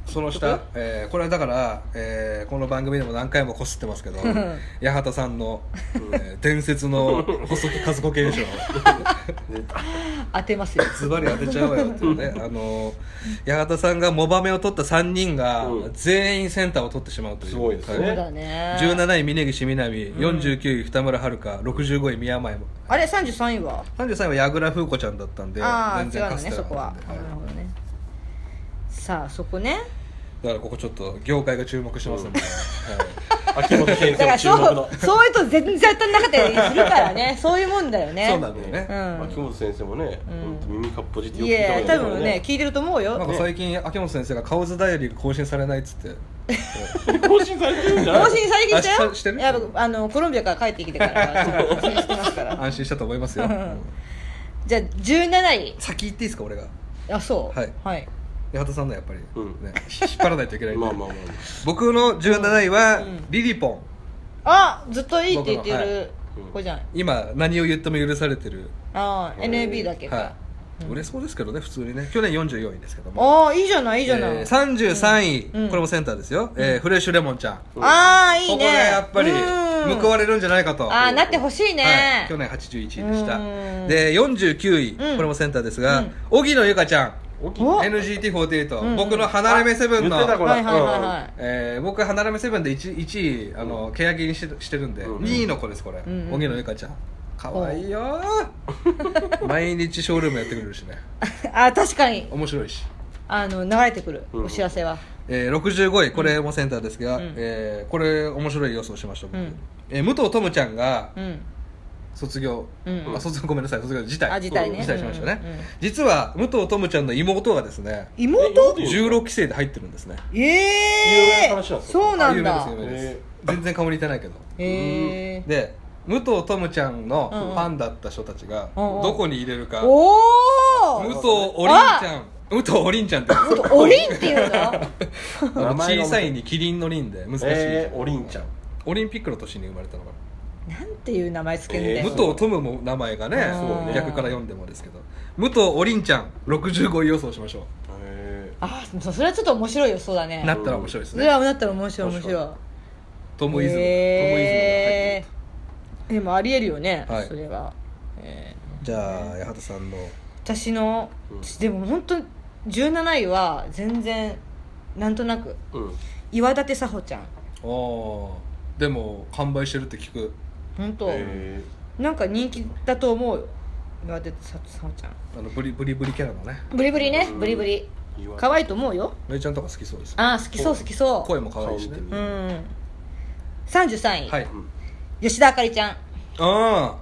Speaker 2: その下、これはだから、この番組でも何回もこすってますけど八幡さんの、伝説の細木和子現象
Speaker 1: 当てますよ。
Speaker 2: ズバリ当てちゃうわよっていうね八幡さんがモバメを取った3人が全員センターを取ってしまうという、
Speaker 3: すごいですね。
Speaker 1: そうだね。
Speaker 2: 17位峯岸みなみ、49位二村遥、65位宮前も、
Speaker 1: あれ33位は
Speaker 2: 33位は矢倉風子ちゃんだったんで、
Speaker 1: ああ違うのね
Speaker 2: 全然かつて
Speaker 1: そこは、なるほどね。さあそこね、
Speaker 2: だからここちょっと業界が注目してますんで、
Speaker 3: 秋元先
Speaker 1: だから
Speaker 3: 生も注目の。
Speaker 1: そういうと全然当たんなかったりするからねそういうもんだよね。
Speaker 2: そうなんだよね、
Speaker 3: 秋元先生もね、本当耳かっぽじってよ
Speaker 1: い
Speaker 3: く聞いた
Speaker 1: や多分ね聞いてると思うよ。
Speaker 2: なんか最近秋元先生がカオズダイアリーが更新されないっつって
Speaker 3: 更新されてるんじゃない？
Speaker 1: 更新最近したよ。
Speaker 2: してる？
Speaker 1: いやコロンビアから帰ってきてから更新してますから
Speaker 2: 安心したと思いますよ
Speaker 1: じゃあ17位。
Speaker 2: 先言っていいですか俺が。
Speaker 1: あそう
Speaker 2: はい
Speaker 1: はい
Speaker 2: 八幡さんのやっぱり、
Speaker 3: うん
Speaker 2: ね、引っ張らないといけないんで
Speaker 3: まあまあまあ
Speaker 2: 僕の17位は、リリポン。
Speaker 1: あずっといいって言ってる子じゃん。
Speaker 2: 今何を言っても許されてる、
Speaker 1: ああ NAB だけか、
Speaker 2: はい売れそうですけどね普通にね。去年44位ですけども、
Speaker 1: ああいいじゃないいいじゃない、
Speaker 2: 33位、
Speaker 1: うん
Speaker 2: これもセンターですよ、フレッシュレモンちゃん、
Speaker 1: ああいいね。
Speaker 2: ここでやっぱり
Speaker 1: うん
Speaker 2: 報われるんじゃないかと。
Speaker 1: ああなってほしいね、
Speaker 2: はい、去年81位でした。
Speaker 1: うん
Speaker 2: で49位、
Speaker 1: うん
Speaker 2: これもセンターですが、荻野由香ちゃん、
Speaker 3: 大きい。
Speaker 1: お
Speaker 2: NGT48、
Speaker 1: うん
Speaker 2: 僕の離れ目セブンの、
Speaker 3: 言ってたこれ。
Speaker 1: はいはいはいはい、
Speaker 2: 僕離れ目セブンで 1位欅にしてるんで、
Speaker 3: うん
Speaker 2: 2位の子ですこれ、
Speaker 1: うん
Speaker 2: 荻野由香ちゃんかわいいよ毎日ショールームやってくれるしね
Speaker 1: あ確かに
Speaker 2: 面白いし、
Speaker 1: 流れてくる、
Speaker 3: うん
Speaker 1: お知らせは。
Speaker 2: 65位これもセンターですが、
Speaker 1: うん
Speaker 2: これ面白い予想しました僕、
Speaker 1: うん
Speaker 2: 武藤トムちゃんが
Speaker 1: うん
Speaker 2: 卒業、
Speaker 1: うん
Speaker 2: 卒業ごめんなさい卒業辞退
Speaker 1: 辞退ね
Speaker 2: 辞退しましたね、
Speaker 1: うんうん
Speaker 2: 実は武藤トムちゃんの妹がですね
Speaker 1: 妹
Speaker 2: 16期生で入ってるんですね。
Speaker 1: え
Speaker 3: 有名
Speaker 1: え
Speaker 3: な話なんですか
Speaker 1: そうなんだ
Speaker 2: 有名です有名です、全然顔似てないけど。
Speaker 1: へえ
Speaker 2: で武藤トムちゃんの
Speaker 1: うんうん
Speaker 2: ファンだった人たちが
Speaker 1: うんうん
Speaker 2: どこに入れるか、
Speaker 1: おお
Speaker 2: 武藤おりんちゃん、武藤おりんちゃんって言うんですよ
Speaker 1: おりんっていうの
Speaker 3: 名前が
Speaker 2: 小さいにキリンのリンで難しい、
Speaker 3: おりんちゃん。
Speaker 2: オリンピックの年に生まれたのか
Speaker 1: なんていう名前つけんだ
Speaker 2: な、
Speaker 1: よ、
Speaker 2: 武藤トムも名前がね
Speaker 1: そうね
Speaker 2: 逆から読んでもですけど、武藤おりんちゃん65位予想しましょ
Speaker 1: あそれはちょっと面白い予想だね。
Speaker 2: う。なったら面白いです
Speaker 1: それ
Speaker 2: ね。
Speaker 1: はなったら面白い面白い。
Speaker 2: トムイズム、トムイズムが入ってる。
Speaker 1: でもありえるよね、
Speaker 2: はい
Speaker 1: それは、
Speaker 2: じゃあ八幡さんの
Speaker 1: 私の、でも本当17位は全然なんとなく岩立沙穂ちゃん。
Speaker 2: でも完売してるって聞く。
Speaker 1: 本当、なんか人気だと思うよ岩立沙穂ちゃん。
Speaker 2: ブリブリキャラのね。
Speaker 1: ブリブリね、ブリブリ可愛いと思うよ。
Speaker 2: めいちゃんとか好きそうです。
Speaker 1: あ好きそう好きそう
Speaker 2: 声も可愛いしね。
Speaker 1: うん33位、
Speaker 2: はい。
Speaker 1: 吉田あかりちゃん。
Speaker 2: ああ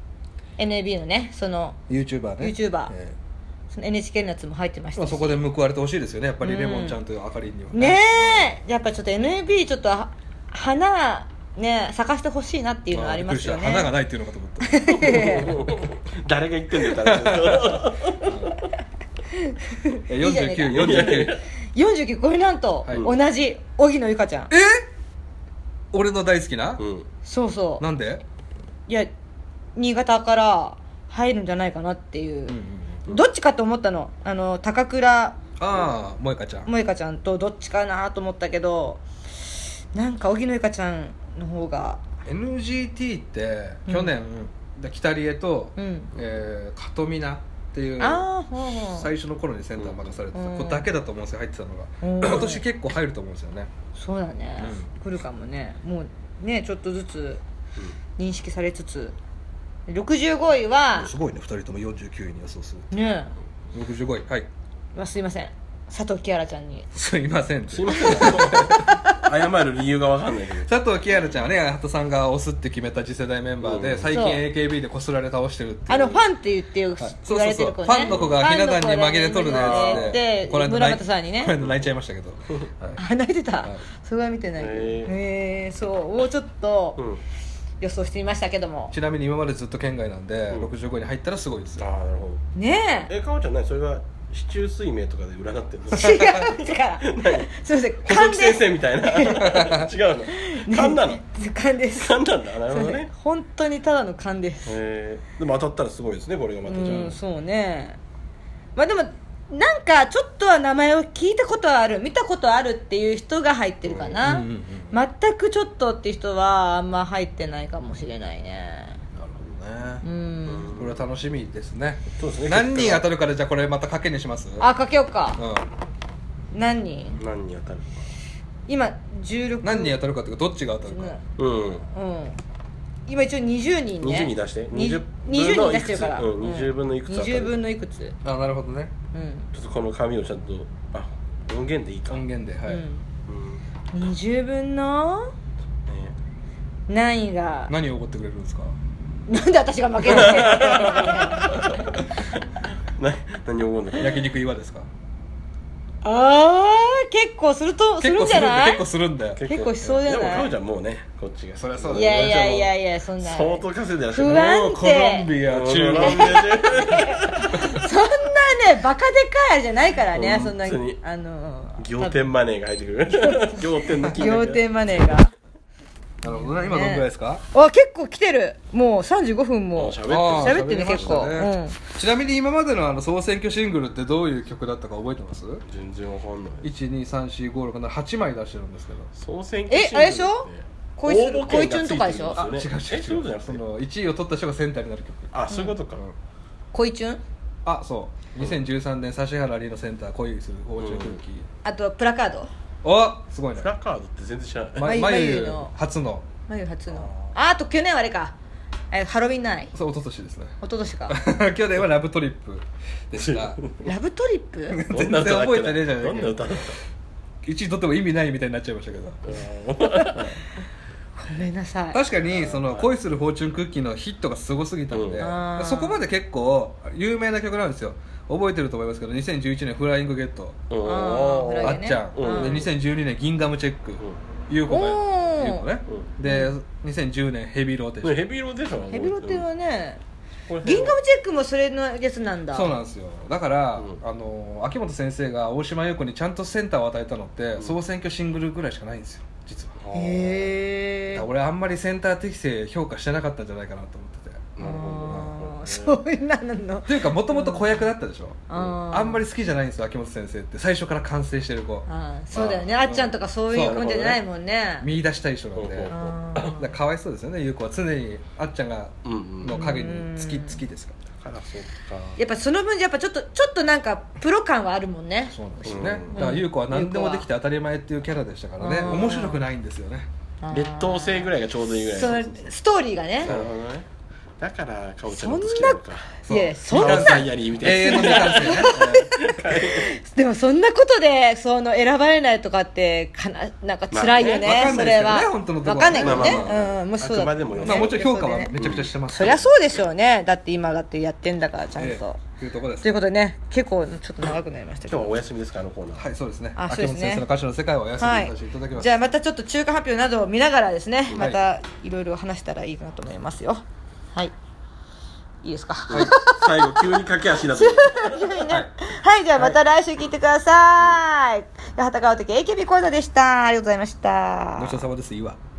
Speaker 1: NAB のねその
Speaker 2: YouTuber ね。
Speaker 1: YouTuber その NHK のやつも入ってましたし
Speaker 2: そこで報われてほしいですよね。やっぱりレモンちゃんとあかりんには。
Speaker 1: ねえやっぱちょっと NAB ちょっと花ね咲かせてほしいなっていうのはありますよね。
Speaker 2: 花がないっていうのかと思った。
Speaker 3: 誰が言ってんだよ。
Speaker 2: 49
Speaker 1: 49これなんと、
Speaker 2: はい
Speaker 1: 同じ荻野由香ちゃん。
Speaker 2: 俺の大好きな。
Speaker 1: そうそう
Speaker 2: なんで？
Speaker 1: いや新潟から入るんじゃないかなっていう、どっちかと思ったの高倉
Speaker 2: 萌香ちゃん。
Speaker 1: 萌香ちゃんとどっちかなと思ったけどなんか荻野由香ちゃんの方が
Speaker 2: NGT って去年、北里江と、
Speaker 1: うん
Speaker 2: カトミナっていう最初の頃にセンター任されてた子だけだと思うんですよ入ってたのが。今年結構入ると思うんですよね。
Speaker 1: そうだね、来るかもね。もうねちょっとずつ認識されつつ。65位は
Speaker 2: すごいね2人とも49位に予想する。
Speaker 1: ね
Speaker 2: 65位はい。
Speaker 1: すいません佐藤キアラちゃんに。
Speaker 2: すいません。
Speaker 3: すいません。謝る理由が分かんないけど。
Speaker 2: 佐藤キアラちゃんはね八幡さんが推すって決めた次世代メンバーで、最近 AKB でこすられ倒してるっていう。
Speaker 1: ファンって言って言われてる子ね。
Speaker 2: ファンの子がひな壇に紛れとるねっつって
Speaker 1: で村本さんにね
Speaker 2: この間泣いちゃいましたけど。
Speaker 1: 泣いてた、
Speaker 2: はい
Speaker 1: それは見てないけどへえそうをちょっと予想してみましたけども、
Speaker 2: ちなみに今までずっと県外なんで、65位に入ったらすごいですよ。
Speaker 3: ああなるほど。
Speaker 1: ねえ
Speaker 3: かおちゃん何それが市中水明とかで占ってるの？
Speaker 1: 違うからすいません
Speaker 3: 細木先生みたいな。違うの？勘なの？
Speaker 1: 勘です。
Speaker 3: 勘なんだ。なるほどね。
Speaker 1: 本当にただの勘です。
Speaker 3: でも当たったらすごいですねこれがまたじゃあ。
Speaker 1: そうね。まあでもなんかちょっとは名前を聞いたことある見たことあるっていう人が入ってるかな、全くちょっとっていう人はあんま入ってないかもしれないね。
Speaker 2: なるほどね。これは楽しみですね。
Speaker 3: そうですね。
Speaker 2: 何人当たるから、じゃあこれまた賭けにします？
Speaker 1: かけようか。何人
Speaker 3: 当たる？
Speaker 1: 今16。
Speaker 2: 何人当たるかっていうか、どっちが当たるか。
Speaker 1: 今一応20人ね。
Speaker 3: 20人出して
Speaker 1: 20人出してるから、
Speaker 3: 20分のいくつ当たる？
Speaker 1: 20分のいくつ。
Speaker 2: なるほどね。
Speaker 3: ちょっとこの紙をちゃんと音源でいいか。
Speaker 2: 音源で、はい。
Speaker 1: 20分の何位が
Speaker 2: 何をおごってくれるんですか？
Speaker 1: なんで私が負けるの？
Speaker 3: 何をおごるの？
Speaker 2: 焼肉岩ですか？
Speaker 1: 結構するんじゃない？
Speaker 2: 結構するんだよ。
Speaker 1: 結構しそうじゃない？
Speaker 3: でも彼女はもうね、こっちが
Speaker 2: そりゃそうだ。
Speaker 1: いやそんな
Speaker 3: 相当稼いでらっしゃる。
Speaker 1: 不安定。
Speaker 2: コロンビア、中国。
Speaker 1: そんなねバカでかいあれじゃないからね。そんな
Speaker 3: 仰天マネーが入ってくる。仰天の金額。
Speaker 1: 仰天マネーが。
Speaker 2: なるほどね。今どのくらいですか？
Speaker 1: 結構来てる。もう35分も喋ってるね、結構。
Speaker 2: ちなみに今までの総選挙シングルってどういう曲だったか覚えてます？
Speaker 3: 全然わかんない。
Speaker 2: 1,2,3,4,5,6,7,8枚出してるんですけど。
Speaker 3: 総選挙シングル
Speaker 1: あれでしょ？恋チュンとかでしょ？
Speaker 2: 違う。その1位を取った人がセンターになる曲。
Speaker 3: そういうことか。
Speaker 1: 恋チュン？
Speaker 2: そう。2013年指原莉のセンター恋する芳醇空気。
Speaker 1: あとプラカード。
Speaker 2: すごいね。
Speaker 3: プラカードって全然知らない。
Speaker 2: 眉初の。
Speaker 1: あと去年はあれか。ハロウィンナイト。
Speaker 2: そう、一昨年ですね。
Speaker 1: 一昨年か。
Speaker 2: 去年はラブトリップでした。
Speaker 1: ラブトリップ？
Speaker 2: 全然覚えてねえじゃないか。
Speaker 3: どんな歌だった
Speaker 2: 1位取っても意味ないみたいになっちゃいましたけど。
Speaker 1: ごめんなさい。
Speaker 2: 確かにその恋するフォーチュンクッキーのヒットがすごすぎたので、そこまで結構有名な曲なんですよ。覚えてると思いますけど、2011年フライングゲット、あっちゃん、で2012年ギンガムチェック、ゆうこね、で2010年ヘビローテーション。
Speaker 3: ヘビローテーション。
Speaker 1: ヘビロテはね、ギンガムチェックもそれのやつなんだ。
Speaker 2: そうなんですよ。だから秋元先生が大島優子にちゃんとセンターを与えたのって総選挙シングルぐらいしかないんですよ、実は。俺あんまりセンター適正評価してなかったんじゃないかなと思ってて。
Speaker 1: そういうなの
Speaker 2: というか、もともと子役だったでしょ。あんまり好きじゃないんですよ、秋元先生って。最初から完成してる子。
Speaker 1: そうだよね。あっちゃんとかそういうもんじゃないもんね。
Speaker 2: 見出したい人なんで、だからかわいそうですよね。優子は常にあっちゃんがの影に好きですから。
Speaker 1: やっぱその分ちょっとなんかプロ感はあるもんね。
Speaker 2: そうなんですよね。だから優子は何でもできて当たり前っていうキャラでしたからね。面白くないんですよね。
Speaker 3: 劣等生ぐらいがちょうどいいぐらい。
Speaker 1: そのストーリーがね。
Speaker 3: なるほどね。だからかおちゃんのこと好きなのか。
Speaker 1: そんなでもそんなことで選ばれないとかってなんか辛いよね。それは分かんないけどね。もしそうだったら
Speaker 2: もちろん評価はめちゃくちゃしてます。
Speaker 1: そりゃそうでしょうね。だって今やってんだからちゃんと。
Speaker 2: ということ
Speaker 1: でね、結構ちょっと長くなりましたけど、
Speaker 3: 今日はお休みですか、コーナー。
Speaker 2: はい、そうですね。
Speaker 1: 秋元
Speaker 2: 先生の歌手の世界はお休みさせていただきます。
Speaker 1: じゃあまたちょっと中間発表などを見ながらですね、またいろいろ話したらいいかなと思いますよ。はい、いいですか。
Speaker 3: 最後急に駆け足になって
Speaker 1: はい、じゃあまた来週聞いてください。八幡川的 AKB 講座でした。ありがとうございました。
Speaker 2: ごちそうさまです。いいわ。